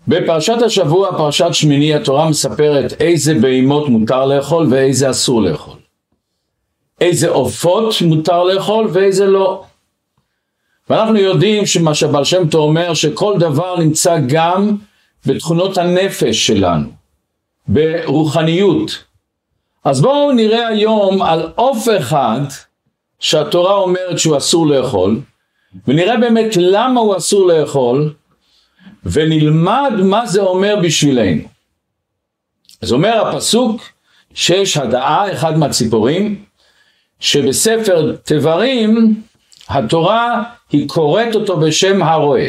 בפרשת השבוע, פרשת שמיני, התורה מספרת איזה בהמות מותר לאכול ואיזה אסור לאכול. איזה עופות מותר לאכול ואיזה לא. ואנחנו יודעים שמה שבעל שם טוב אומר שכל דבר נמצא גם בתכונות הנפש שלנו, ברוחניות. אז בואו נראה היום על עוף אחד שהתורה אומרת שהוא אסור לאכול, ונראה באמת למה הוא אסור לאכול, ונלמד מה זה אומר בשבילנו. אז אומר הפסוק שיש הדעה, אחד מהציפורים, שבספר תברים התורה היא קוראת אותו בשם הרועה.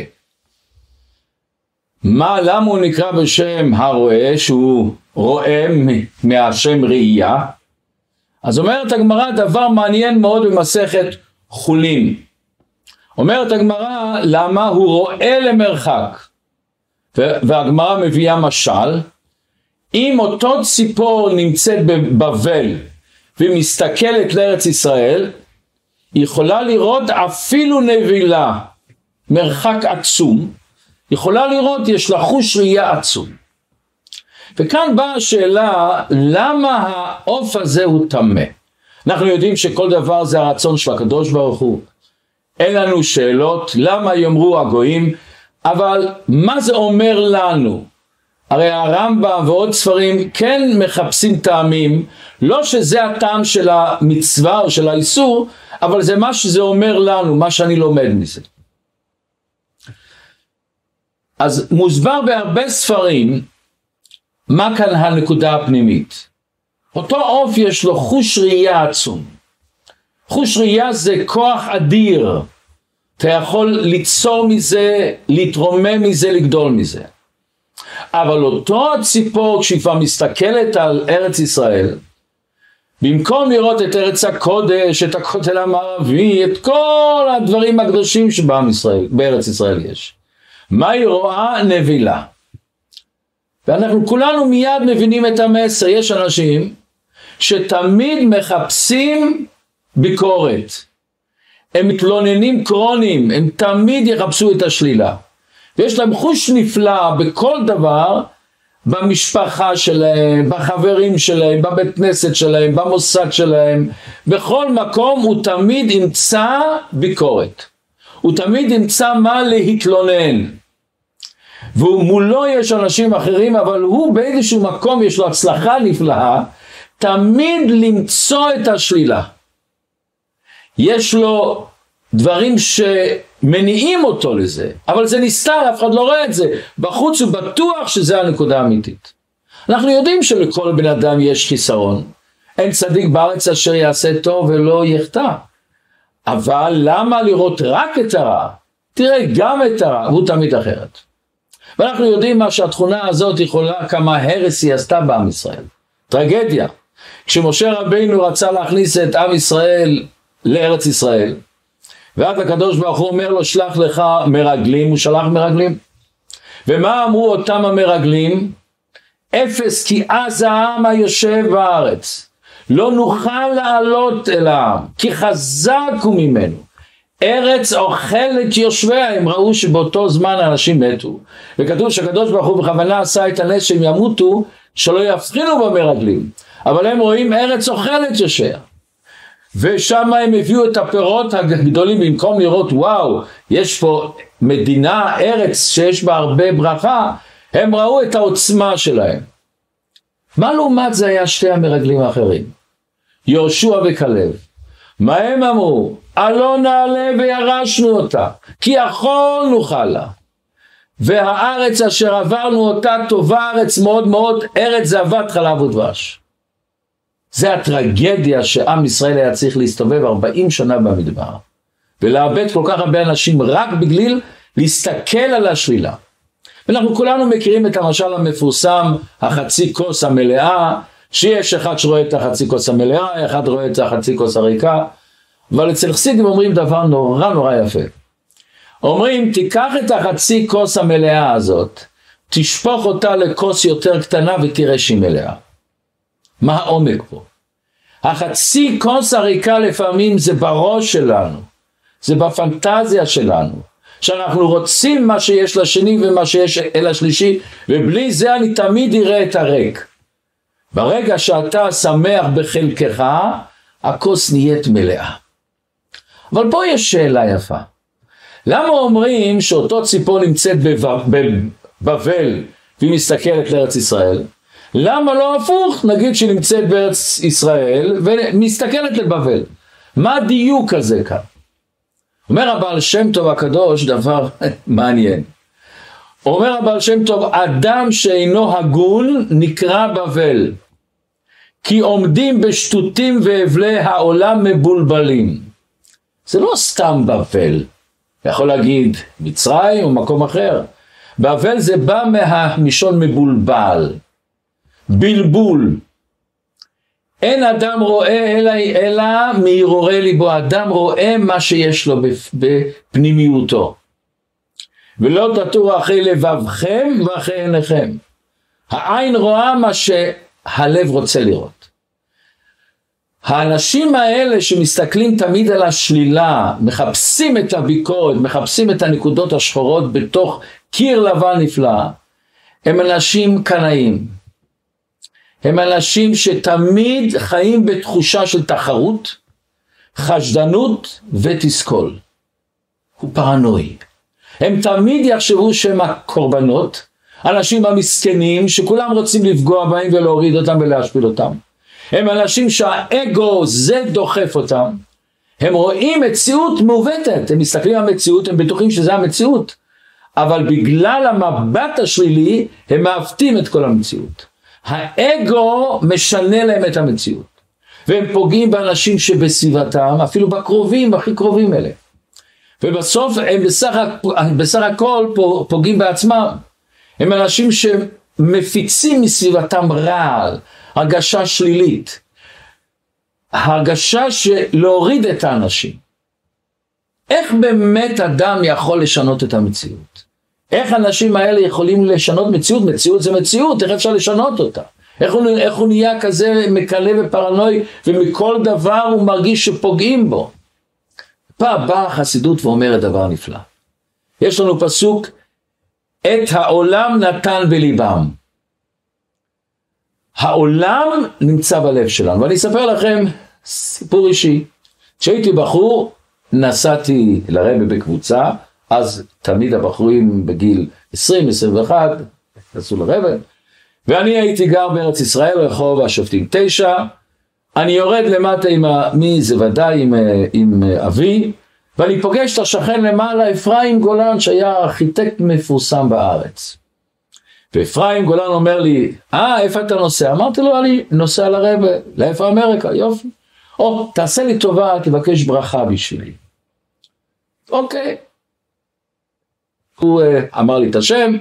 למה הוא נקרא בשם הרועה, שהוא רואה מהשם ראייה? אז אומרת הגמרא דבר מעניין מאוד במסכת חולין. אומרת הגמרא למה הוא רואה למרחק, והגמרא מביאה משל. אם אותו ציפור נמצאת בבבל ומסתכלת לארץ ישראל, היא יכולה לראות אפילו נבילה, מרחק עצום, יכולה לראות, יש לה חוש ראייה עצום. וכאן באה השאלה, למה העוף הזה הוא טמא? אנחנו יודעים שכל דבר זה הרצון של הקדוש ברוך הוא. אין לנו שאלות, למה יאמרו הגויים, אבל מה זה אומר לנו? הרי הרמב"ם ועוד ספרים כן מחפשים טעמים, לא שזה הטעם של המצווה או של האיסור, אבל זה מה שזה אומר לנו, מה שאני לומד מזה. אז מוסבר בהרבה ספרים מה כאן הנקודה הפנימית. אותו עוף יש לו חוש ראייה עצום. חוש ראייה זה כוח אדיר. אתה יכול ליצור מזה, להתרומם מזה, לגדול מזה. אבל אותו הציפור כשהיא כבר מסתכלת על ארץ ישראל, במקום לראות את ארץ הקודש, את הכותל המערבי, את כל הדברים הקדושים בארץ ישראל יש. מה היא רואה? נבילה. ואנחנו כולנו מיד מבינים את המסר. יש אנשים שתמיד מחפשים ביקורת. הם מתלוננים קרונים, הם תמיד יחפשו את השלילה. ויש להם חוש נפלא בכל דבר, במשפחה שלהם, בחברים שלהם, בבית כנסת שלהם, במוסד שלהם, בכל מקום הוא תמיד ימצא ביקורת. הוא תמיד ימצא מה להתלונן. ומולו יש אנשים אחרים, אבל הוא באיזשהו מקום יש לו הצלחה נפלאה, תמיד למצוא את השלילה. יש לו דברים שמניעים אותו לזה, אבל זה נסתר, אף אחד לא רואה את זה. בחוץ הוא בטוח שזה הנקודה האמיתית. אנחנו יודעים שלכל בן אדם יש חיסרון. אין צדיק בארץ אשר יעשה טוב ולא יחטא. אבל למה לראות רק את הרע? תראה גם את הרע, הוא תמיד אחרת. ואנחנו יודעים מה שהתכונה הזאת יכולה, כמה הרס היא עשתה בעם ישראל. טרגדיה. כשמשה רבינו רצה להכניס את עם ישראל לארץ ישראל, ואז הקדוש ברוך הוא אומר לו שלח לך מרגלים, הוא שלח מרגלים. ומה אמרו אותם המרגלים? אפס כי אז העם היושב בארץ, לא נוכל לעלות אל העם, כי חזק הוא ממנו. ארץ אוכלת יושביה. הם ראו שבאותו זמן אנשים מתו. וכתוב שהקדוש ברוך הוא בכוונה עשה את הנס שהם ימותו, שלא יבחינו במרגלים. אבל הם רואים ארץ אוכלת יושביה. ושם הם הביאו את הפירות הגדולים, במקום לראות וואו, יש פה מדינה, ארץ שיש בה הרבה ברכה, הם ראו את העוצמה שלהם. מה לעומת זה היה שתי המרגלים האחרים? יהושע וכלב. מה הם אמרו? עלה נעלה וירשנו אותה, כי יכול נוכל לה. והארץ אשר עברנו אותה טובה, ארץ מאוד מאוד, ארץ זבת חלב ודבש. זה הטרגדיה שעם ישראל היה צריך להסתובב 40 שנה במדבר, ולאבד כל כך הרבה אנשים רק בגלל להסתכל על השלילה. ואנחנו כולנו מכירים את המשל המפורסם, החצי כוס המלאה, שיש אחד שרואה את החצי כוס המלאה, אחד רואה את החצי כוס הריקה, אבל אצל חסידים אומרים דבר נורא נורא יפה. אומרים, תיקח את החצי כוס המלאה הזאת, תשפוך אותה לכוס יותר קטנה ותראה שהיא מלאה. מה העומק פה? החצי כוס הריקה לפעמים זה בראש שלנו, זה בפנטזיה שלנו, שאנחנו רוצים מה שיש לשני ומה שיש אל השלישי, ובלי זה אני תמיד אראה את הריק. ברגע שאתה שמח בחלקך, הכוס נהיית מלאה. אבל פה יש שאלה יפה. למה אומרים שאותו ציפור נמצאת בבבל והיא מסתכלת לארץ ישראל? למה לא הפוך? נגיד שהיא נמצאת בארץ ישראל ומסתכלת לבבל. מה הדיוק הזה כאן? אומר הבעל שם טוב הקדוש דבר מעניין. אומר הבעל שם טוב, אדם שאינו הגון נקרא בבל, כי עומדים בשטותים והבלי העולם מבולבלים. זה לא סתם בבל. יכול להגיד מצרים או מקום אחר. בבל זה בא מהמישון מבולבל. בלבול. אין אדם רואה אלא מהרהורי ליבו. אדם רואה מה שיש לו בפנימיותו. ולא תטורו אחרי לבבכם ואחרי עיניכם. העין רואה מה שהלב רוצה לראות. האנשים האלה שמסתכלים תמיד על השלילה, מחפשים את הביקורת, מחפשים את הנקודות השחורות בתוך קיר לבן נפלא, הם אנשים קנאים. הם אנשים שתמיד חיים בתחושה של תחרות, חשדנות ותסכול. הוא פרנואי. הם תמיד יחשבו שהם הקורבנות, אנשים המסכנים שכולם רוצים לפגוע בהם ולהוריד אותם ולהשפיל אותם. הם אנשים שהאגו זה דוחף אותם. הם רואים מציאות מעוותת, הם מסתכלים על המציאות, הם בטוחים שזה המציאות. אבל בגלל המבט השלילי, הם מעוותים את כל המציאות. האגו משנה להם את המציאות. והם פוגעים באנשים שבסביבתם, אפילו בקרובים, הכי קרובים אלה. ובסוף הם בסך הכל פוגעים בעצמם. הם אנשים שמפיצים מסביבתם רעל, הרגשה שלילית, הרגשה להוריד את האנשים. איך באמת אדם יכול לשנות את המציאות? איך האנשים האלה יכולים לשנות מציאות? מציאות זה מציאות, איך אפשר לשנות אותה? איך הוא נהיה כזה מקלה ופרנוי, ומכל דבר הוא מרגיש שפוגעים בו? פעם באה החסידות ואומרת דבר נפלא. יש לנו פסוק, את העולם נתן בליבם. העולם נמצא בלב שלנו. ואני אספר לכם סיפור אישי. כשהייתי בחור, נסעתי לרבי בקבוצה, אז תמיד הבחורים בגיל 20-21, נסעו לרבי, ואני הייתי גר בארץ ישראל, רחוב השופטים 9, אני יורד למטה עם מי זה ודאי עם אבי, ואני פוגש את השכן למעלה, אפרים גולן, שהיה ארכיטקט מפורסם בארץ. ואפרים גולן אומר לי, איפה אתה נוסע? אמרתי לו, אני נוסע לרבי, לאיפה אמריקה? יופי. תעשה לי טובה, תבקש ברכה בשבילי. אוקיי. הוא אמר לי את השם.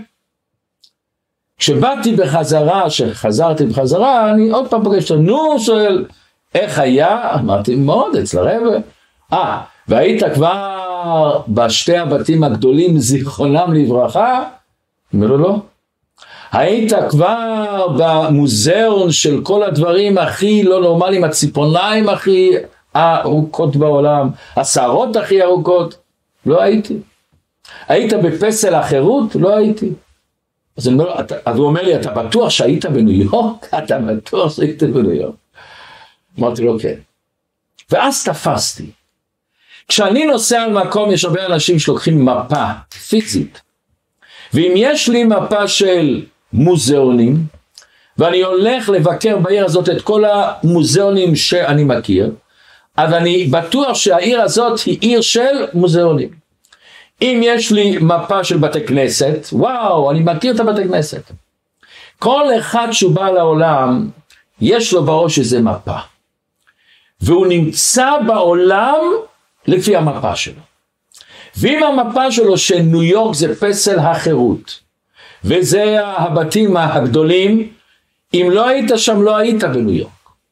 כשבאתי בחזרה, שחזרתי בחזרה, אני עוד פעם פגש אותו, שואל, איך היה? אמרתי, מאוד, אצל הרבי. והיית כבר בשתי הבתים הגדולים, זיכרונם לברכה? אומר לו, לא. היית כבר במוזיאון של כל הדברים הכי לא נורמליים, הציפורניים הכי ארוכות בעולם, השערות הכי ארוכות? לא הייתי. היית בפסל החירות? לא הייתי. אז הוא אומר לי, אתה בטוח שהיית בניו יורק? אתה בטוח שהיית בניו יורק? אמרתי לו, כן. ואז תפסתי. כשאני נוסע על מקום, יש הרבה אנשים שלוקחים מפה פיזית. ואם יש לי מפה של מוזיאונים, ואני הולך לבקר בעיר הזאת את כל המוזיאונים שאני מכיר, אז אני בטוח שהעיר הזאת היא עיר של מוזיאונים. אם יש לי מפה של בתי כנסת, וואו, אני מכיר את הבתי כנסת. כל אחד שהוא בא לעולם, יש לו בראש איזה מפה. והוא נמצא בעולם לפי המפה שלו. ואם המפה שלו של ניו יורק זה פסל החירות, וזה הבתים הגדולים, אם לא היית שם לא היית בניו יורק.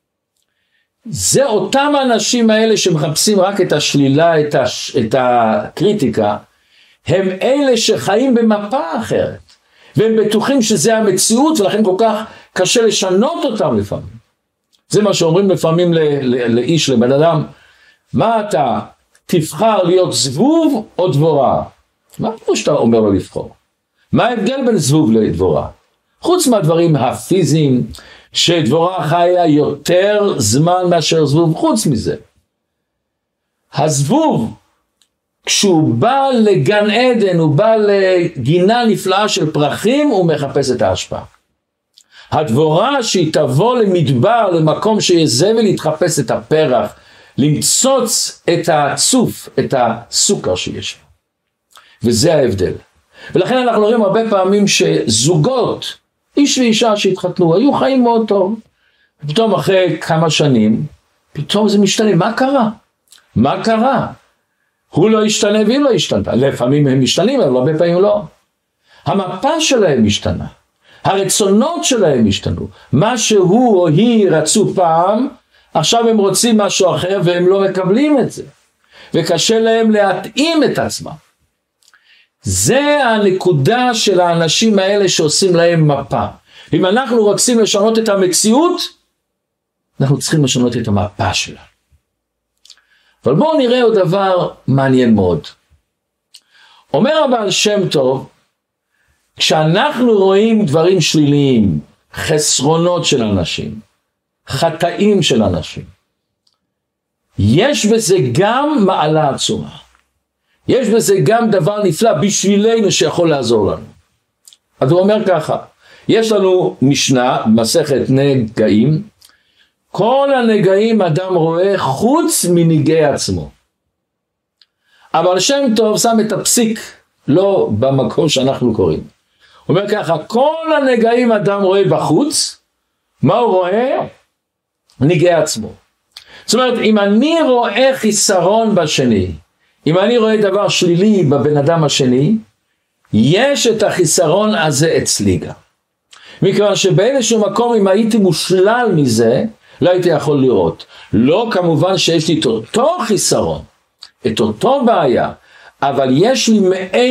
זה אותם האנשים האלה שמחפשים רק את השלילה, את הקריטיקה, הם אלה שחיים במפה אחרת, והם בטוחים שזה המציאות, ולכן כל כך קשה לשנות אותם לפעמים. זה מה שאומרים לפעמים לאיש, לבן אדם, מה אתה תבחר להיות זבוב או דבורה? מה פה שאתה אומר לו לבחור? מה ההבדל בין זבוב לדבורה? חוץ מהדברים הפיזיים, שדבורה חיה יותר זמן מאשר זבוב, חוץ מזה. הזבוב, כשהוא בא לגן עדן, הוא בא לגינה נפלאה של פרחים, הוא מחפש את ההשפעה. הדבורה שהיא תבוא למדבר, למקום שיש זבל, להתחפש את הפרח, למצוץ את הצוף, את הסוכר שיש. וזה ההבדל. ולכן אנחנו רואים הרבה פעמים שזוגות, איש ואישה שהתחתנו, היו חיים מאוד טוב. פתאום אחרי כמה שנים, פתאום זה משתנה. מה קרה? מה קרה? הוא לא השתנה והיא לא השתנתה. לפעמים הם משתנים, אבל הרבה פעמים לא. המפה שלהם השתנה. הרצונות שלהם השתנו. מה שהוא או היא רצו פעם, עכשיו הם רוצים משהו אחר והם לא מקבלים את זה. וקשה להם להתאים את עצמם. זה הנקודה של האנשים האלה שעושים להם מפה. אם אנחנו רוצים לשנות את המציאות, אנחנו צריכים לשנות את המפה שלה. אבל בואו נראה עוד דבר מעניין מאוד. אומר הבעל שם טוב, כשאנחנו רואים דברים שליליים, חסרונות של אנשים, חטאים של אנשים, יש בזה גם מעלה עצומה. יש בזה גם דבר נפלא בשבילנו שיכול לעזור לנו. אז הוא אומר ככה, יש לנו משנה, מסכת נגעים, כל הנגעים אדם רואה חוץ מנגעי עצמו. אבל שם טוב שם את הפסיק, לא במקום שאנחנו קוראים. הוא אומר ככה, כל הנגעים אדם רואה בחוץ, מה הוא רואה? נגעי עצמו. זאת אומרת, אם אני רואה חיסרון בשני, אם אני רואה דבר שלילי בבן אדם השני, יש את החיסרון הזה אצלי גם. מכיוון שבאיזשהו מקום אם הייתי מושלל מזה, לא הייתי יכול לראות. לא כמובן שיש לי את אותו חיסרון, את אותו בעיה, אבל יש לי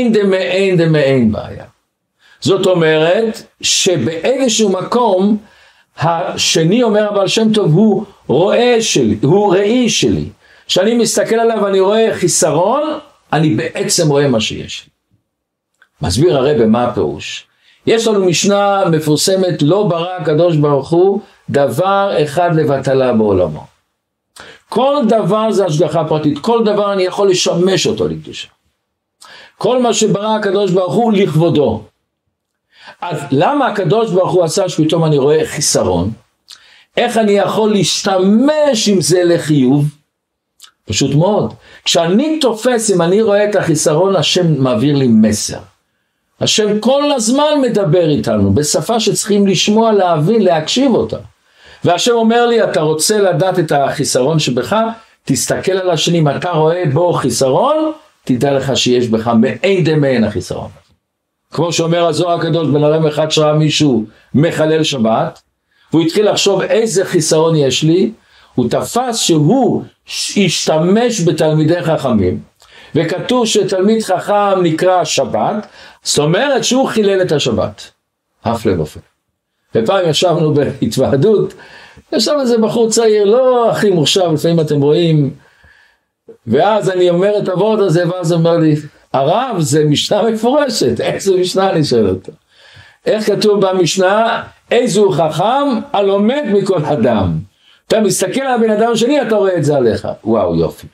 מעין בעיה. זאת אומרת שבאיזשהו מקום, השני אומר הבעל שם טוב הוא רואה שלי, הוא ראי שלי. כשאני מסתכל עליו ואני רואה חיסרון, אני בעצם רואה מה שיש לי. מסביר הרב מה הפירוש. יש לנו משנה מפורסמת, לא ברא הקדוש ברוך הוא דבר אחד לבטלה בעולמו. כל דבר זה השגחה פרטית, כל דבר אני יכול לשמש אותו לקדושה. כל מה שברא הקדוש ברוך הוא לכבודו. אז למה הקדוש ברוך הוא עשה שפתאום אני רואה חיסרון? איך אני יכול להשתמש עם זה לחיוב? פשוט מאוד. כשאני תופס, אם אני רואה את החיסרון, השם מעביר לי מסר. השם כל הזמן מדבר איתנו, בשפה שצריכים לשמוע, להבין, להקשיב אותה. והשם אומר לי, אתה רוצה לדעת את החיסרון שבך, תסתכל על השני, אם אתה רואה בו חיסרון, תדע לך שיש בך מעין החיסרון. כמו שאומר הזוהר הקדוש, בן אדם אחד שראה מישהו מחלל שבת, והוא התחיל לחשוב איזה חיסרון יש לי, הוא תפס שהוא השתמש בתלמידי חכמים, וכתוב שתלמיד חכם נקרא שבת, זאת אומרת שהוא חילל את השבת, הפלא ופלא. ופעם ישבנו בהתוועדות, ישב איזה בחור צעיר, לא הכי מורשע, לפעמים אתם רואים, ואז אני אומר את הוורד הזה, ואז אומר לי, הרב זה משנה מפורשת, איזו משנה אני שואל אותו. איך כתוב במשנה, איזו חכם הלומד מכל אדם. אתה מסתכל על הבן אדם שני, אתה רואה את זה עליך. וואו, יופי.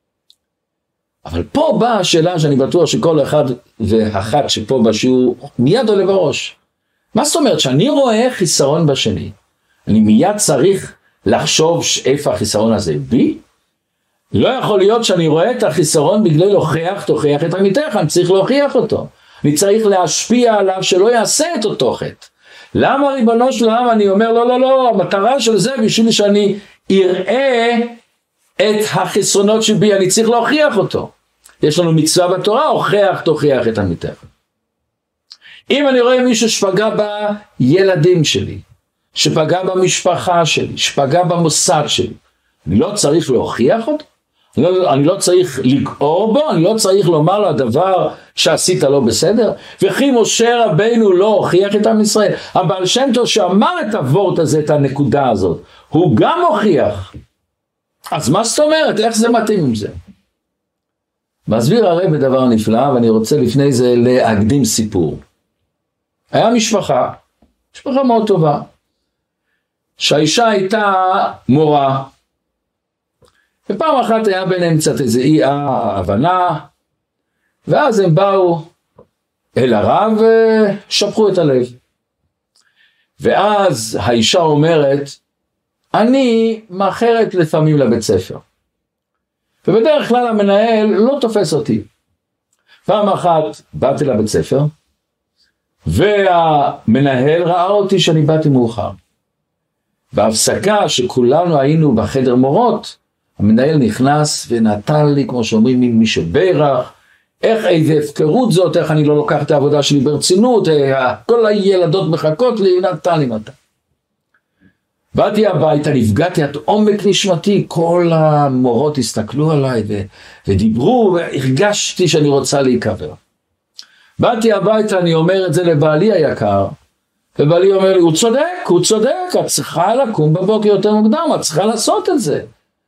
אבל פה באה השאלה שאני בטוח שכל אחד ואחת שפה בשיעור מיד עולה בראש. מה זאת אומרת? שאני רואה חיסרון בשני, אני מיד צריך לחשוב איפה החיסרון הזה בי? לא יכול להיות שאני רואה את החיסרון בגלל תוכיח את עמיתך, אני צריך להוכיח אותו. אני צריך להשפיע עליו שלא יעשה את אותו חטא. למה ריבונו של עולם אני אומר לא, המטרה של זה בשביל שאני אראה את החסרונות שבי, אני צריך להוכיח אותו. יש לנו מצווה בתורה, תוכיח את עמיתך. אם אני רואה מישהו שפגע בילדים שלי, שפגע במשפחה שלי, שפגע במוסד שלי, אני לא צריך להוכיח אותו? אני לא צריך לגעור בו, אני לא צריך לומר לו הדבר שעשית לא בסדר. וכי משה רבינו לא הוכיח את עם ישראל, הבעל שם טוב שאמר את הוורט הזה, את הנקודה הזאת, הוא גם הוכיח. אז מה זאת אומרת? איך זה מתאים עם זה? מסביר הרי בדבר נפלא, ואני רוצה לפני זה להקדים סיפור. היה משפחה מאוד טובה, שהאישה הייתה מורה, ופעם אחת היה ביניהם קצת איזה אי הבנה, ואז הם באו אל הרב ושפכו את הלב. ואז האישה אומרת, אני מאחרת לפעמים לבית ספר. ובדרך כלל המנהל לא תופס אותי. פעם אחת באתי לבית ספר, והמנהל ראה אותי שאני באתי מאוחר. בהפסקה שכולנו היינו בחדר מורות, המנהל נכנס ונתן לי, כמו שאומרים, מי שברך, איך איזה הפקרות זאת, איך אני לא לוקח את העבודה שלי ברצינות, כל הילדות מחכות לי, נתן לי מתי. באתי הביתה, נפגעתי עד עומק נשמתי, כל המורות הסתכלו עליי ודיברו, והרגשתי שאני רוצה להיקבר. באתי הביתה, אני אומר את זה לבעלי היקר, ובעלי אומר לי, הוא צודק, את צריכה לקום בבוקר יותר מוקדם, את צריכה לעשות את זה.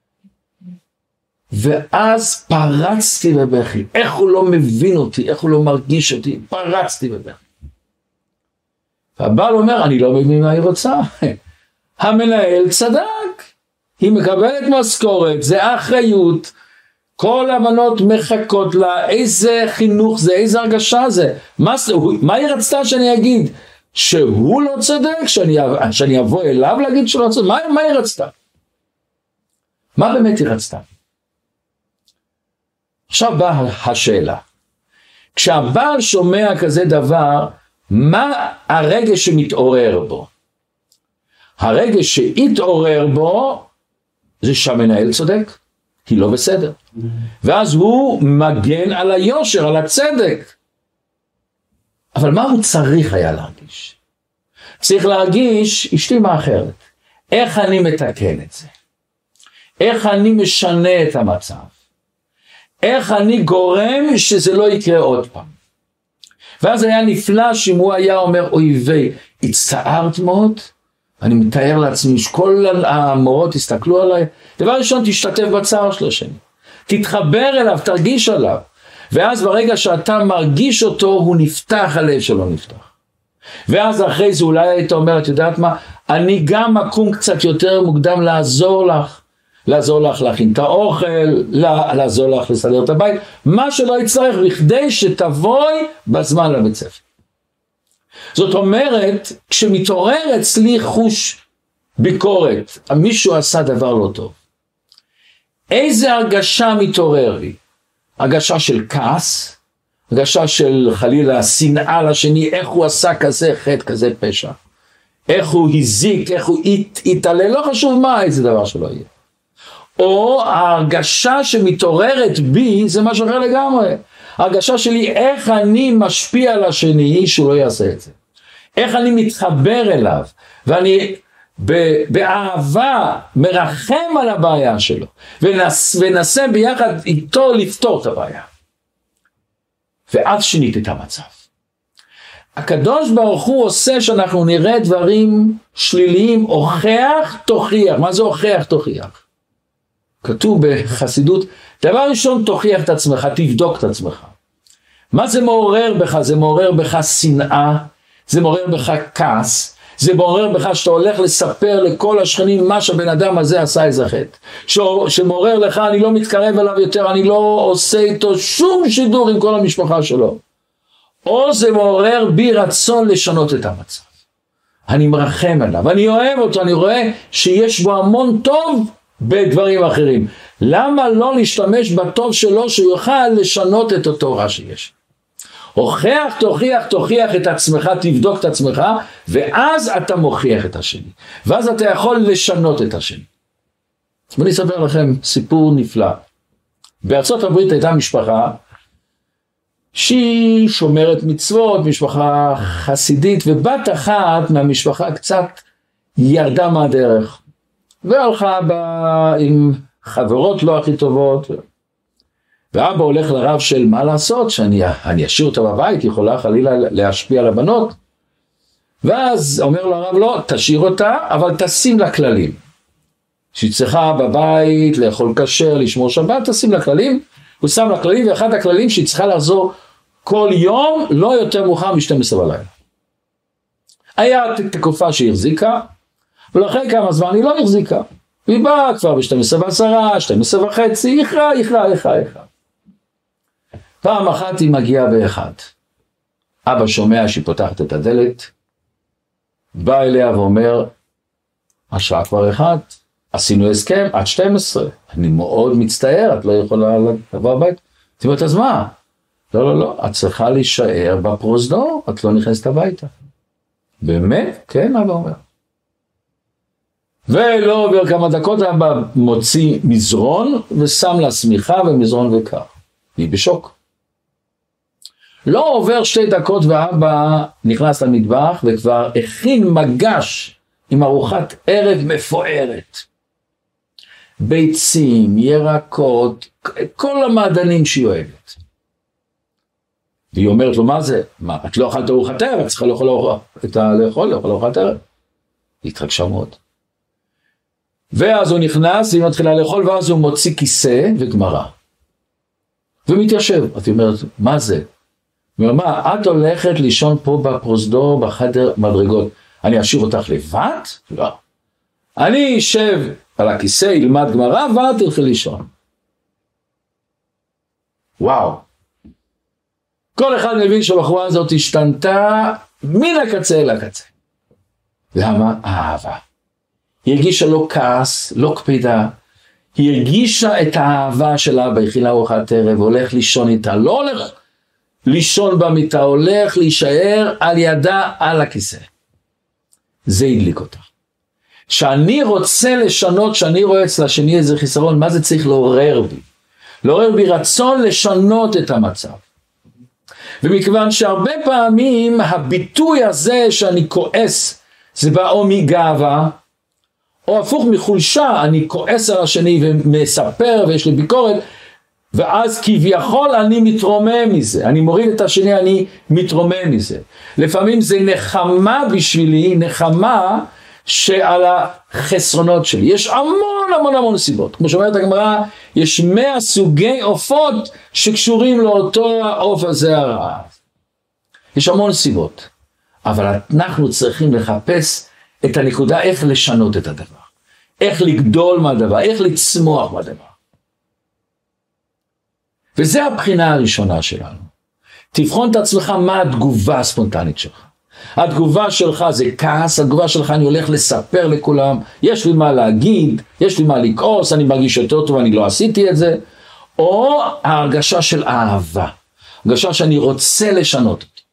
ואז פרצתי בבכי, איך הוא לא מבין אותי, איך הוא לא מרגיש אותי, פרצתי בבכי. והבעל אומר, אני לא מבין מה היא רוצה. המנהל צדק, היא מקבלת משכורת, זה אחריות, כל הבנות מחכות לה, איזה חינוך זה, איזה הרגשה זה, מה היא רצתה שאני אגיד? שהוא לא צדק, שאני אבוא אליו להגיד שלא צדק, מה היא רצתה? מה באמת היא רצתה? עכשיו באה השאלה, כשהבעל שומע כזה דבר, מה הרגש שמתעורר בו? הרגש שהתעורר בו, זה שהמנהל צודק, היא לא בסדר. ואז הוא מגן על היושר, על הצדק. אבל מה הוא צריך היה להרגיש? צריך להרגיש, אשתי מאחרת. איך אני מתקן את זה? איך אני משנה את המצב? איך אני גורם שזה לא יקרה עוד פעם? ואז היה נפלא שאם הוא היה אומר, אוי ויי, הצטערת מאוד? אני מתאר לעצמי שכל המורות הסתכלו עליי. דבר ראשון, תשתתף בצער של השני. תתחבר אליו, תרגיש עליו. ואז ברגע שאתה מרגיש אותו, הוא נפתח, הלב שלו נפתח. ואז אחרי זה אולי היית אומר, את יודעת מה? אני גם אקום קצת יותר מוקדם לעזור לך. לעזור לך להכין את האוכל, לעזור לך לסדר את הבית. מה שלא יצטרך, בכדי שתבואי בזמן לבית ספר. זאת אומרת, כשמתעורר אצלי חוש ביקורת, מישהו עשה דבר לא טוב. איזה הרגשה מתעורר לי? הרגשה של כעס, הרגשה של חלילה שנאה לשני, איך הוא עשה כזה חטא, כזה פשע. איך הוא הזיק, איך הוא התעלל, לא חשוב מה, איזה דבר שלא יהיה. או ההרגשה שמתעוררת בי, זה משהו אחר לגמרי. ההרגשה שלי, איך אני משפיע על השני, שהוא לא יעשה את זה. איך אני מתחבר אליו, ואני באהבה מרחם על הבעיה שלו, ונסה ביחד איתו לפתור את הבעיה. ואז שינית את המצב. הקדוש ברוך הוא עושה שאנחנו נראה דברים שליליים, הוכח תוכיח. מה זה הוכח תוכיח? כתוב בחסידות, דבר ראשון תוכיח את עצמך, תבדוק את עצמך. מה זה מעורר בך? זה מעורר בך שנאה, זה מעורר בך כעס, זה מעורר בך שאתה הולך לספר לכל השכנים מה שהבן אדם הזה עשה איזה חטא. שמעורר לך, אני לא מתקרב אליו יותר, אני לא עושה איתו שום שידור עם כל המשפחה שלו. או זה מעורר בי רצון לשנות את המצב. אני מרחם עליו, אני אוהב אותו, אני רואה שיש בו המון טוב בדברים אחרים. למה לא להשתמש בטוב שלו שיוכל לשנות את אותו רע שיש? הוכח, תוכיח את עצמך, תבדוק את עצמך, ואז אתה מוכיח את השני. ואז אתה יכול לשנות את השני. ואני אספר לכם סיפור נפלא. בארצות הברית הייתה משפחה, שהיא שומרת מצוות, משפחה חסידית, ובת אחת מהמשפחה קצת ירדה מהדרך. והלכה עם חברות לא הכי טובות, ואבא הולך לרב של מה לעשות, שאני אשאיר אותה בבית, יכולה חלילה להשפיע על הבנות, ואז אומר לו הרב, לא, תשאיר אותה, אבל תשים לה כללים, שהיא צריכה בבית לאכול כשר, לשמור שבת, תשים לה כללים, הוא שם לה כללים, ואחד הכללים שהיא צריכה לחזור כל יום, לא יותר מאוחר מ-12 בלילה. היה תקופה שהיא החזיקה, ולאחרי כמה זמן היא לא החזיקה. והיא באה כבר ב-12:10, 12:30, איכה. פעם אחת היא מגיעה באחד. אבא שומע שהיא פותחת את הדלת, בא אליה ואומר, השעה כבר 1, עשינו הסכם עד 12, אני מאוד מצטער, את לא יכולה לבוא הבית. היא אומרת, אז מה? לא, את צריכה להישאר בפרוזדור, את לא נכנסת הביתה. באמת? כן, אבא אומר. ולא עובר כמה דקות, אבא מוציא מזרון, ושם לה שמיכה ומזרון וקר. היא בשוק. לא עובר 2 דקות, ואבא נכנס למטבח, וכבר הכין מגש עם ארוחת ערב מפוארת. ביצים, ירקות, כל המעדנים שהיא אוהבת. והיא אומרת לו, מה זה? מה, את לא אכלת ארוחת ערב, את צריכה לאכול ארוחת ערב. היא התרגשה מאוד. ואז הוא נכנס, היא מתחילה לאכול, ואז הוא מוציא כיסא וגמרא. ומתיישב. אז היא אומרת, מה זה? היא אומרת, מה, את הולכת לישון פה בפרוזדור, בחדר מדרגות. אני אשאיר אותך לבד? לא. אני אשב על הכיסא, ילמד גמרא, ואת תלכי לישון. וואו. כל אחד מבין שהבחורה הזאת השתנתה מן הקצה אל הקצה. למה? אהבה. היא הרגישה לא כעס, לא קפידה. היא הרגישה את האהבה שלה, בהכילה ארוחת ערב, הולך לישון איתה, לא הולך לישון במיטה, הולך להישאר על ידה על הכיסא. זה הדליק אותה. שאני רוצה לשנות, שאני רואה אצל השני איזה חיסרון, מה זה צריך לעורר בי? לעורר בי רצון לשנות את המצב. ומכיוון שהרבה פעמים הביטוי הזה שאני כועס, זה בא או מגאווה, או הפוך מחולשה, אני כועס על השני ומספר ויש לי ביקורת, ואז כביכול אני מתרומם מזה, אני מוריד את השני, אני מתרומם מזה. לפעמים זה נחמה בשבילי, נחמה שעל החסרונות שלי. יש המון סיבות. כמו שאומרת הגמרא, יש 100 סוגי עופות שקשורים לאותו העוף הזה הרע. יש המון סיבות. אבל אנחנו צריכים לחפש את הנקודה איך לשנות את הדבר. איך לגדול מהדבר, איך לצמוח מהדבר. וזה הבחינה הראשונה שלנו. תבחון את עצמך מה התגובה הספונטנית שלך. התגובה שלך זה כעס, התגובה שלך אני הולך לספר לכולם, יש לי מה להגיד, יש לי מה לכעוס, אני מרגיש יותר טוב, אני לא עשיתי את זה, או ההרגשה של אהבה, הרגשה שאני רוצה לשנות אותי.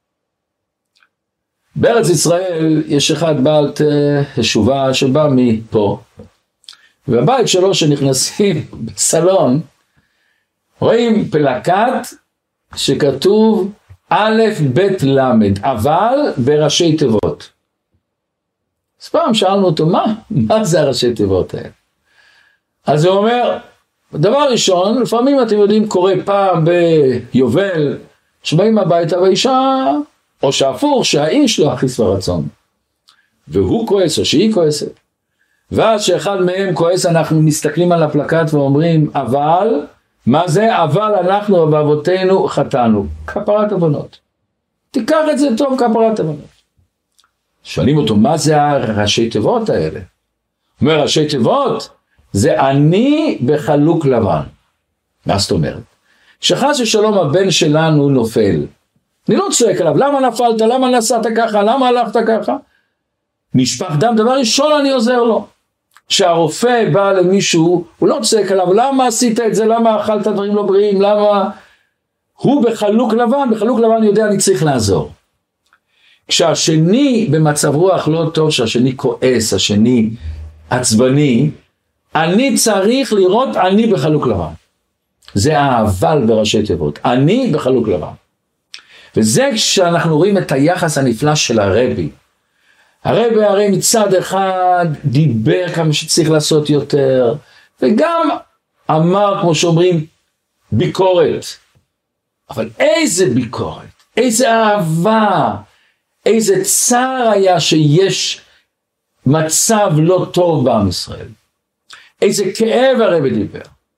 בארץ ישראל יש אחד בעל תשובה שבא מפה, והבית שלו שנכנסים בסלון, רואים פלקט שכתוב א' ב' למד, אבל בראשי תיבות. אז פעם שאלנו אותו, מה זה הראשי תיבות האלה? אז הוא אומר, דבר ראשון, לפעמים אתם יודעים, קורה פעם ביובל, שבאים הביתה והאישה, או שהפוך, שהאיש לא הכי שבע רצון. והוא כועס או שהיא כועסת. ואז שאחד מהם כועס, אנחנו מסתכלים על הפלקט ואומרים, אבל, מה זה? אבל אנחנו באבותינו חטאנו. כפרת עוונות. תיקח את זה טוב, כפרת עוונות. שואלים אותו, מה זה הראשי תיבות האלה? הוא אומר, ראשי תיבות, זה אני בחלוק לבן. מה זאת אומרת? שחס ושלום הבן שלנו נופל. אני לא צועק עליו, למה נפלת, למה נסעת ככה, למה הלכת ככה? נשפך דם, דבר ראשון אני עוזר לו. שהרופא בא למישהו, הוא לא צועק עליו, למה עשית את זה, למה אכלת דברים לא בריאים, למה... הוא בחלוק לבן, בחלוק לבן יודע אני צריך לעזור. כשהשני במצב רוח לא טוב, שהשני כועס, השני עצבני, אני צריך לראות אני בחלוק לבן. זה האבל בראשי תיבות, אני בחלוק לבן. וזה כשאנחנו רואים את היחס הנפלא של הרבי. הרבי הרי מצד אחד דיבר כמה שצריך לעשות יותר, וגם אמר, כמו שאומרים, ביקורת. אבל איזה ביקורת, איזה אהבה, איזה צער היה שיש מצב לא טוב בעם ישראל. איזה כאב הרבי דיבר.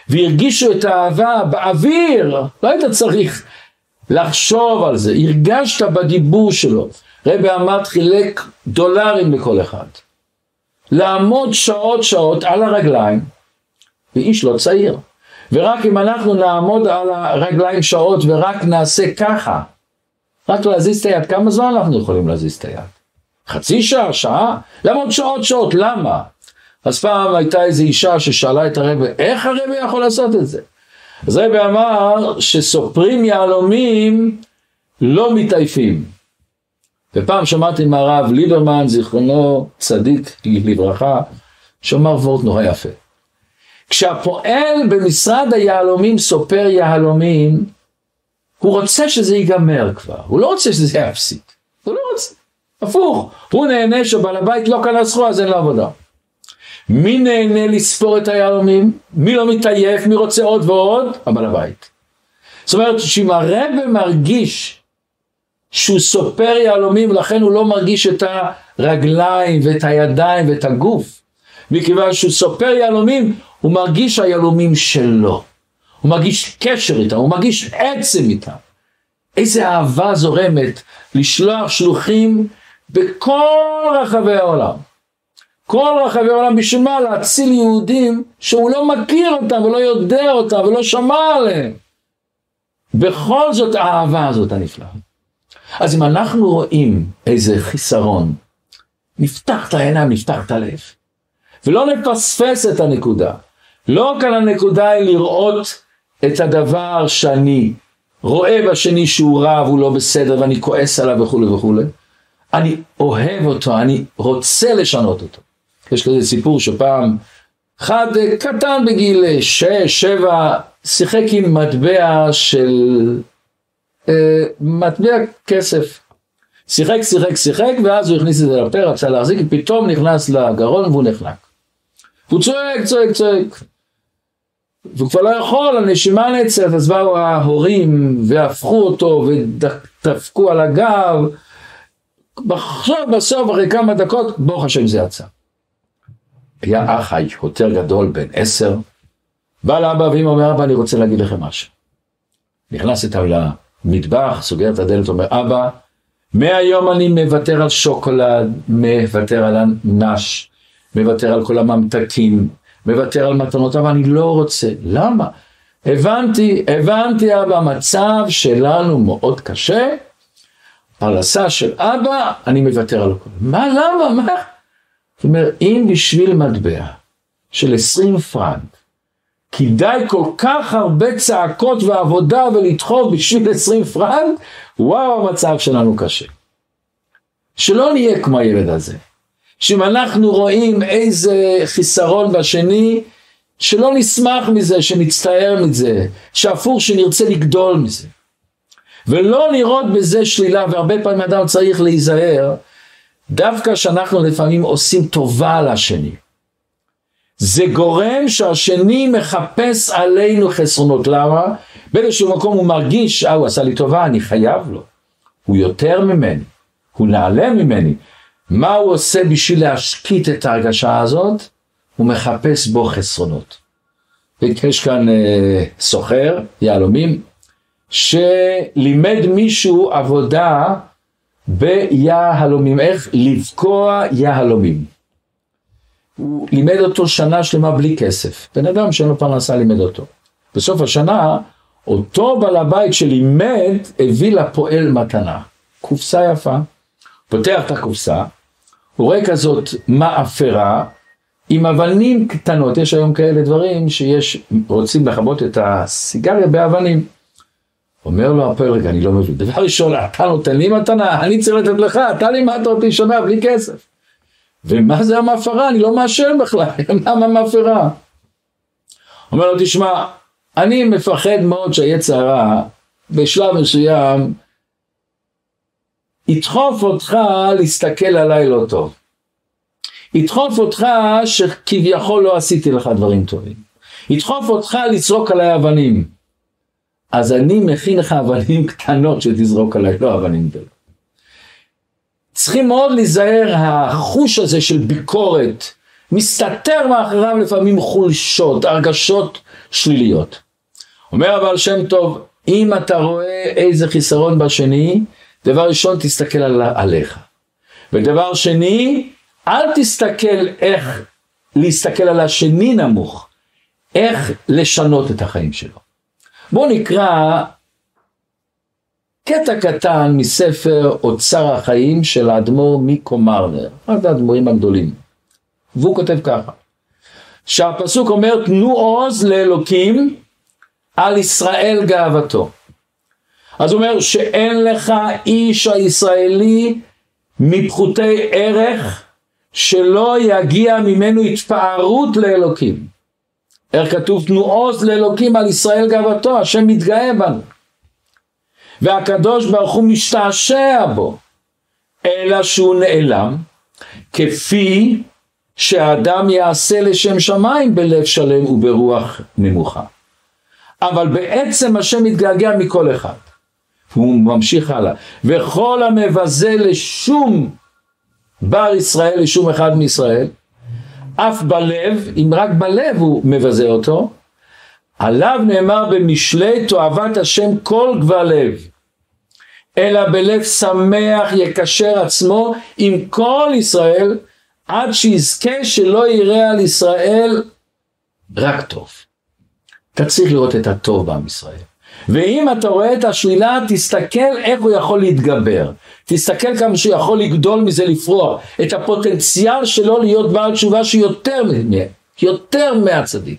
והרגישו את האהבה באוויר, לא היית צריך לחשוב על זה, הרגשת בדיבור שלו. רבי עמד חילק דולרים לכל אחד, לעמוד שעות על הרגליים, ואיש לא צעיר, ורק אם אנחנו נעמוד על הרגליים שעות ורק נעשה ככה, רק להזיז את היד, כמה זמן אנחנו יכולים להזיז את היד? חצי שעה, שעה? לעמוד שעות, למה? אז פעם הייתה איזו אישה ששאלה את הרבי, איך הרבי יכול לעשות את זה? אז הרבי אמר שסופרים יהלומים לא מתעייפים. ופעם שמעתי מהרב ליברמן, זיכרונו צדיק לברכה, שאמר וורט נורא יפה. כשהפועל במשרד היהלומים סופר יהלומים, הוא רוצה שזה ייגמר כבר, הוא לא רוצה שזה יפסיק, הוא לא רוצה, הפוך, הוא נהנה שבעל הבית לא קנה סחורה, אז אין לו עבודה. מי נהנה לספור את היהלומים? מי לא מתעייף? מי רוצה עוד ועוד? הבעל הבית. זאת אומרת, שאם הרב מרגיש שהוא סופר יהלומים, לכן הוא לא מרגיש את הרגליים ואת הידיים ואת הגוף, מכיוון שהוא סופר יהלומים, הוא מרגיש היהלומים שלו, הוא מרגיש קשר איתם, הוא מרגיש עצם איתם. איזה אהבה זורמת לשלוח שלוחים בכל רחבי העולם. כל רחבי העולם, בשביל מה? להציל יהודים שהוא לא מכיר אותם ולא יודע אותם ולא שמע עליהם. בכל זאת האהבה הזאת הנפלאה. אז אם אנחנו רואים איזה חיסרון, נפתח את העיניים, נפתח את הלב, ולא נפספס את הנקודה. לא כאן הנקודה היא לראות את הדבר שאני רואה בשני שהוא רע והוא לא בסדר ואני כועס עליו וכו' וכו'. אני אוהב אותו, אני רוצה לשנות אותו. יש כזה סיפור שפעם אחד קטן בגיל 6-7 שיחק עם מטבע מטבע כסף. שיחק ואז הוא הכניס את זה לפה, רצה להחזיק, פתאום נכנס לגרון והוא נחנק. והוא צועק. והוא כבר לא יכול, הנשימה נעצרת, אז באו ההורים והפכו אותו ודפקו על הגב. בסוף אחרי כמה דקות, ברוך השם זה יצא. היה אח יותר גדול, בן 10, בא לאבא ואמא, אומר, אבא, אני רוצה להגיד לכם משהו. נכנס איתם למטבח, סוגר את הדלת, אומר, אבא, מהיום אני מוותר על שוקולד, מוותר על הנש, מוותר על כל הממתקים, מוותר על מתנות, אבל אני לא רוצה. למה? הבנתי אבא, המצב שלנו מאוד קשה, פרנסה של אבא, אני מוותר על הכל. למה? זאת אומרת, אם בשביל מטבע של 20 פרנק, כדאי כל כך הרבה צעקות ועבודה ולדחוף בשביל 20 פרנק, וואו, המצב שלנו קשה. שלא נהיה כמו הילד הזה. שאם אנחנו רואים איזה חיסרון בשני, שלא נשמח מזה, שנצטער מזה, שאפור שנרצה לגדול מזה. ולא לראות בזה שלילה, והרבה פעמים אדם צריך להיזהר, דווקא שאנחנו לפעמים עושים טובה לשני. זה גורם שהשני מחפש עלינו חסרונות. למה? באיזשהו מקום הוא מרגיש, הוא עשה לי טובה, אני חייב לו. הוא יותר ממני, הוא נעלה ממני. מה הוא עושה בשביל להשקיט את ההרגשה הזאת? הוא מחפש בו חסרונות. יש כאן סוחר, יהלומים, שלימד מישהו עבודה ביהלומים, איך לבקוע יהלומים. הוא לימד אותו שנה שלמה בלי כסף. בן אדם שאין לו פרנסה לימד אותו. בסוף השנה, אותו בעל הבית שלימד הביא לפועל מתנה. קופסה יפה. פותח את הקופסה, הוא רואה כזאת מאפרה, עם אבנים קטנות. יש היום כאלה דברים רוצים לכבות את הסיגריה באבנים. אומר לו הפועל, רגע, אני לא מבין. דבר ראשון, אתה נותן לי מתנה, אני צריך לתת לך, אתה לימדת אותי שנה בלי כסף. ומה זה המאפרה? אני לא מאשר בכלל. למה מאפרה? אומר לו, תשמע, אני מפחד מאוד שהיצר הרע, בשלב מסוים, ידחוף אותך להסתכל עליי לא טוב. ידחוף אותך שכביכול לא עשיתי לך דברים טובים. ידחוף אותך לזרוק עליי אבנים. אז אני מכין לך אבנים קטנות שתזרוק עליי, לא אבנים גדולות. צריכים מאוד להיזהר, החוש הזה של ביקורת, מסתתר מאחריו לפעמים חולשות, הרגשות שליליות. אומר אבל שם טוב, אם אתה רואה איזה חיסרון בשני, דבר ראשון תסתכל עליך. ודבר שני, אל תסתכל איך להסתכל על השני נמוך, איך לשנות את החיים שלו. בואו נקרא קטע קטן מספר אוצר החיים של האדמו"ר מיקו מרנר, אחד האדמו"רים הגדולים. והוא כותב ככה, שהפסוק אומר, תנו עוז לאלוקים על ישראל גאוותו. אז הוא אומר שאין לך איש הישראלי מפחותי ערך שלא יגיע ממנו התפארות לאלוקים. איך כתוב, תנו עוז לאלוקים על ישראל גאוותו, השם מתגאה בנו. והקדוש ברוך הוא משתעשע בו, אלא שהוא נעלם, כפי שהאדם יעשה לשם שמיים בלב שלם וברוח נמוכה. אבל בעצם השם מתגעגע מכל אחד. הוא ממשיך הלאה. וכל המבזה לשום בר ישראל, לשום אחד מישראל, אף בלב, אם רק בלב הוא מבזה אותו, עליו נאמר במשלי תועבת השם כל גבל לב, אלא בלב שמח יקשר עצמו עם כל ישראל, עד שיזכה שלא יראה על ישראל רק טוב. אתה צריך לראות את הטוב בעם ישראל. ואם אתה רואה את השלילה, תסתכל איך הוא יכול להתגבר. תסתכל כמה שהוא יכול לגדול מזה, לפרוח. את הפוטנציאל שלו להיות בעל תשובה שיותר מהצדיק.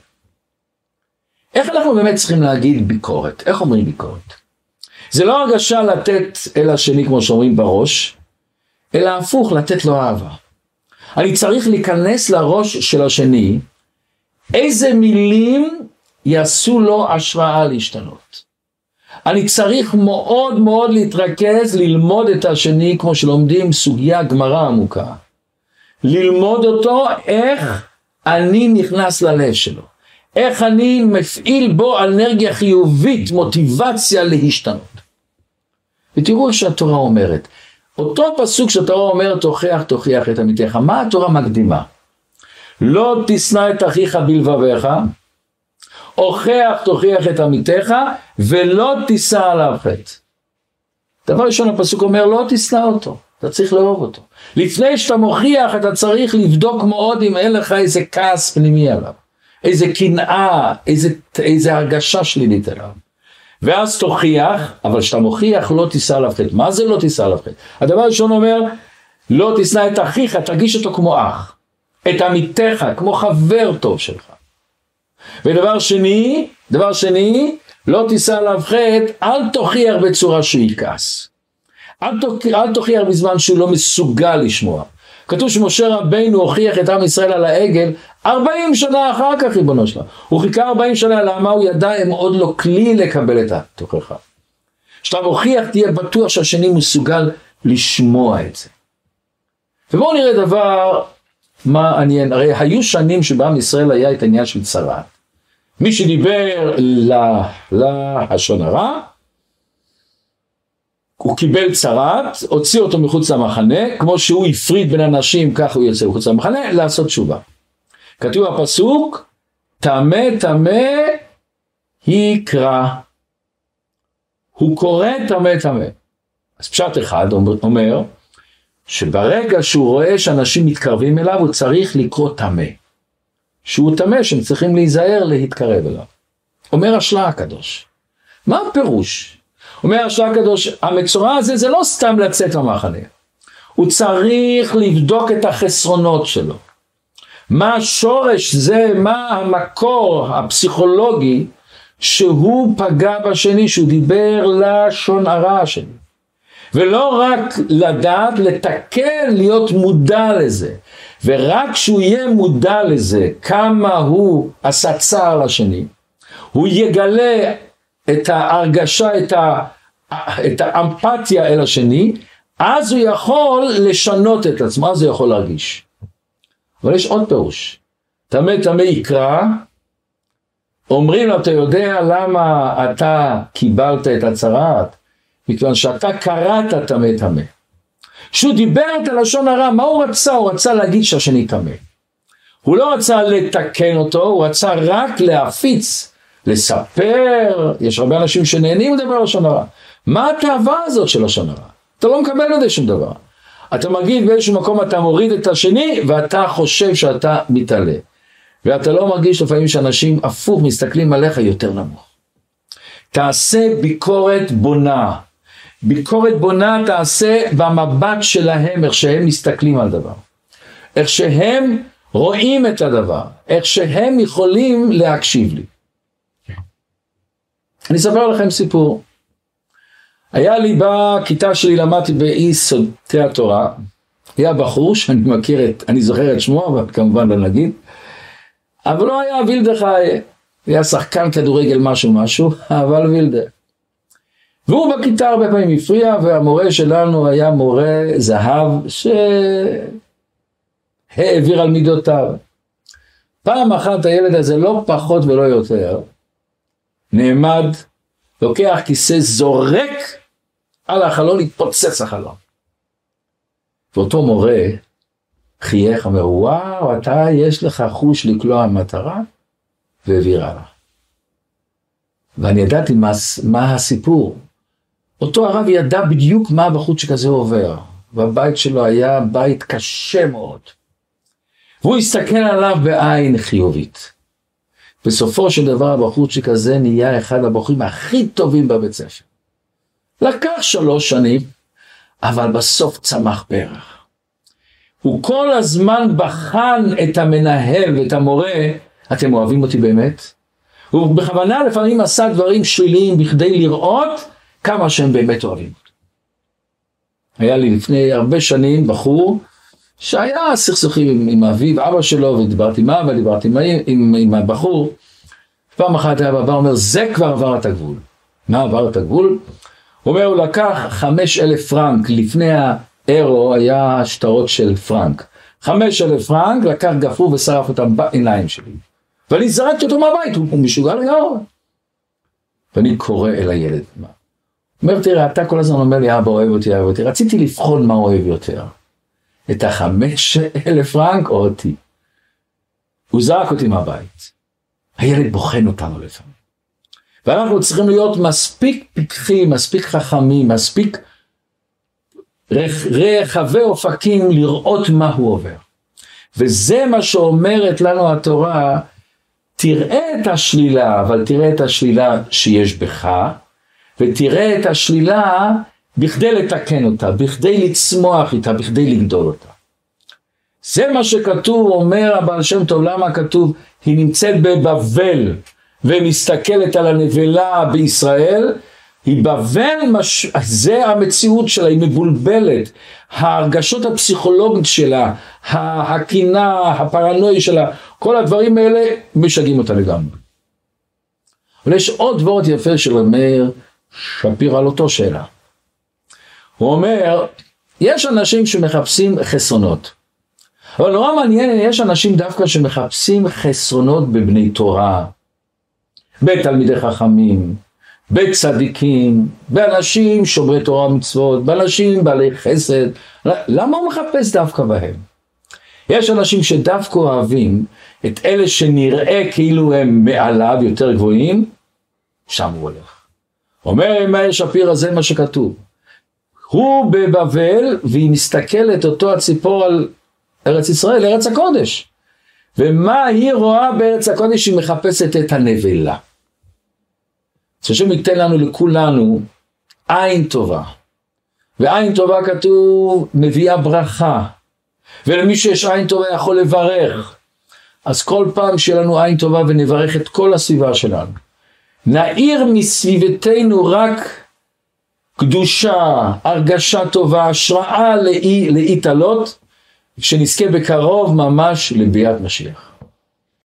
איך אנחנו באמת צריכים להגיד ביקורת? איך אומרים ביקורת? זה לא הרגשה לתת אל השני כמו שאומרים בראש, אלא הפוך, לתת לו אהבה. אני צריך להיכנס לראש של השני, איזה מילים יעשו לו השראה להשתנות. אני צריך מאוד מאוד להתרכז, ללמוד את השני כמו שלומדים סוגיה גמרא עמוקה. ללמוד אותו איך אני נכנס ללב שלו. איך אני מפעיל בו אנרגיה חיובית, מוטיבציה להשתנות. ותראו שהתורה אומרת, אותו פסוק שהתורה אומרת, תוכיח את עמיתך, מה התורה מקדימה? לא תשנא את אחיך בלבביך, תוכיח את עמיתך, ולא תישא עליו חטא. דבר ראשון הפסוק אומר, לא תשנא אותו, אתה צריך לאהוב אותו. לפני שאתה מוכיח, אתה צריך לבדוק מאוד אם אין לך איזה כעס פנימי עליו, איזה קנאה, איזה הרגשה שלילית עליו. ואז תוכיח, אבל שאתה מוכיח לא תישא עליו חטא. מה זה לא תישא עליו חטא? הדבר ראשון אומר, לא תשנא את אחיך, תרגיש אותו כמו אח. את עמיתך, כמו חבר טוב שלך. ודבר שני, לא תישא עליו חטא, אל תוכיח בצורה שהוא יכעס. אל תוכיח בזמן שהוא לא מסוגל לשמוע. כתוב שמשה רבינו הוכיח את עם ישראל על העגל 40 שנה אחר כך, ריבונו שלנו. הוא חיכה 40 שנה, למה הוא ידע, הם עוד לא כלי לקבל את התוכחה. כשאתה מוכיח, תהיה בטוח שהשני מסוגל לשמוע את זה. ובואו נראה דבר מעניין. הרי היו שנים שבעם ישראל היה את העניין של צרעת. מי שדיבר לשון הרע, הוא קיבל צרעת, הוציא אותו מחוץ למחנה, כמו שהוא הפריד בין אנשים, כך הוא יוצא מחוץ למחנה, לעשות תשובה. כתוב הפסוק, טמא יקרא. הוא קורא טמא. אז פשט אחד אומר, שברגע שהוא רואה שאנשים מתקרבים אליו, הוא צריך לקרוא טמא. שהוא טמא, שהם צריכים להיזהר להתקרב אליו. אומר השלה הקדוש. מה הפירוש? אומר השלה הקדוש, המצורע הזה זה לא סתם לצאת למחנה. הוא צריך לבדוק את החסרונות שלו. מה השורש זה, מה המקור הפסיכולוגי שהוא פגע בשני, שהוא דיבר לשון הרע שלי. ולא רק לדעת, לתקן, להיות מודע לזה. ורק שהוא יהיה מודע לזה, כמה הוא עשה צער לשני, הוא יגלה את ההרגשה, את האמפתיה אל השני, אז הוא יכול לשנות את עצמו, אז הוא יכול להרגיש. אבל יש עוד פירוש. טמא יקרא, אומרים לו, אתה יודע למה אתה קיבלת את הצרעת? מכיוון שאתה קראת טמא. כשהוא דיבר את הלשון הרע, מה הוא רצה? הוא רצה להגיד שהשני טמא. הוא לא רצה לתקן אותו, הוא רצה רק להפיץ לספר, יש הרבה אנשים שנהנים לדבר לשון הרע. מה התאווה הזאת של לשון הרע? אתה לא מקבל מזה שום דבר. אתה מרגיש באיזשהו מקום, אתה מוריד את השני, ואתה חושב שאתה מתעלה. ואתה לא מרגיש לפעמים שאנשים הפוך מסתכלים עליך יותר נמוך. תעשה ביקורת בונה. ביקורת בונה תעשה במבט שלהם, איך שהם מסתכלים על דבר. איך שהם רואים את הדבר. איך שהם יכולים להקשיב לי. אני אספר לכם סיפור. היה לי בכיתה שלי, למדתי ביסודי התורה, היה בחור שאני מכיר אני זוכר את שמו, אבל כמובן לא נגיד, אבל לא היה וילדה חי, היה שחקן כדורגל משהו, אבל וילדה. והוא בכיתה הרבה פעמים הפריע, והמורה שלנו היה מורה זהב, שהעביר על מידותיו. פעם אחת הילד הזה לא פחות ולא יותר, נעמד, לוקח כיסא, זורק על החלון, התפוצץ החלון. ואותו מורה חייך, אומר, וואו, אתה יש לך חוש לקלוע מטרה, והעביר הלאה. ואני ידעתי מה הסיפור. אותו הרב ידע בדיוק מה בחוץ שכזה עובר, והבית שלו היה בית קשה מאוד. והוא הסתכל עליו בעין חיובית. בסופו של דבר הבחור שכזה נהיה אחד הבחורים הכי טובים בבית ספר. לקח 3 שנים, אבל בסוף צמח פרח. הוא כל הזמן בחן את המנהל ואת המורה, אתם אוהבים אותי באמת? הוא בכוונה לפעמים עשה דברים שליליים בכדי לראות כמה שהם באמת אוהבים אותי. היה לי לפני הרבה שנים בחור, שהיה סכסוכים עם אביו, אבא שלו, ודיברתי עם אבא, דיברתי עם הבחור. פעם אחת היה בבא, אומר, זה כבר עבר את הגבול. מה עבר את הגבול? הוא אומר, הוא לקח 5,000 פרנק, לפני האירו היה שטרות של פרנק. 5,000 פרנק, לקח גפור ושרף אותם בעיניים שלי. ואני זרקתי אותו מהבית, הוא משוגע לגמרי. ואני קורא אל הילד. הוא אומר, תראה, אתה כל הזמן אומר לי, אבא אוהב אותי, אוהב אותי. רציתי לבחון מה אוהב יותר. את 5,000 פרנק או אותי. הוא זרק אותי מהבית. הילד בוחן אותנו לפעמים. ואנחנו צריכים להיות מספיק פיקחים, מספיק חכמים, מספיק רחבי אופקים לראות מה הוא עובר. וזה מה שאומרת לנו התורה, תראה את השלילה, אבל תראה את השלילה שיש בך, ותראה את השלילה בכדי לתקן אותה, בכדי לצמוח איתה, בכדי לגדול אותה. זה מה שכתוב, אומר הבעל שם טוב, למה כתוב, היא נמצאת בבבל, ומסתכלת על הנבלה בישראל, היא בבל, זה המציאות שלה, היא מבולבלת, ההרגשות הפסיכולוגית שלה, הקינה, הפרנואי שלה, כל הדברים האלה משגעים אותה לגמרי. אבל יש עוד וורט יפה של מאיר שפירא על אותו שאלה. הוא אומר, יש אנשים שמחפשים חסרונות, אבל נורא מעניין, יש אנשים דווקא שמחפשים חסרונות בבני תורה, בתלמידי חכמים, בצדיקים, באנשים שומרי תורה ומצוות, באנשים בעלי חסד. למה הוא מחפש דווקא בהם? יש אנשים שדווקא אוהבים את אלה שנראה כאילו הם מעליו יותר גבוהים, שם הוא הולך. אומר מאיר שפירא, זה מה שכתוב. הוא בבבל והיא מסתכלת אותו הציפור על ארץ ישראל, ארץ הקודש. ומה היא רואה בארץ הקודש? היא מחפשת את הנבלה. שהשם ייתן לנו לכולנו עין טובה. ועין טובה כתוב מביאה ברכה. ולמי שיש עין טובה יכול לברך. אז כל פעם שיהיה לנו עין טובה ונברך את כל הסביבה שלנו. נעיר מסביבתנו רק קדושה, הרגשה טובה, השראה להתעלות, שנזכה בקרוב ממש לביאת משיח.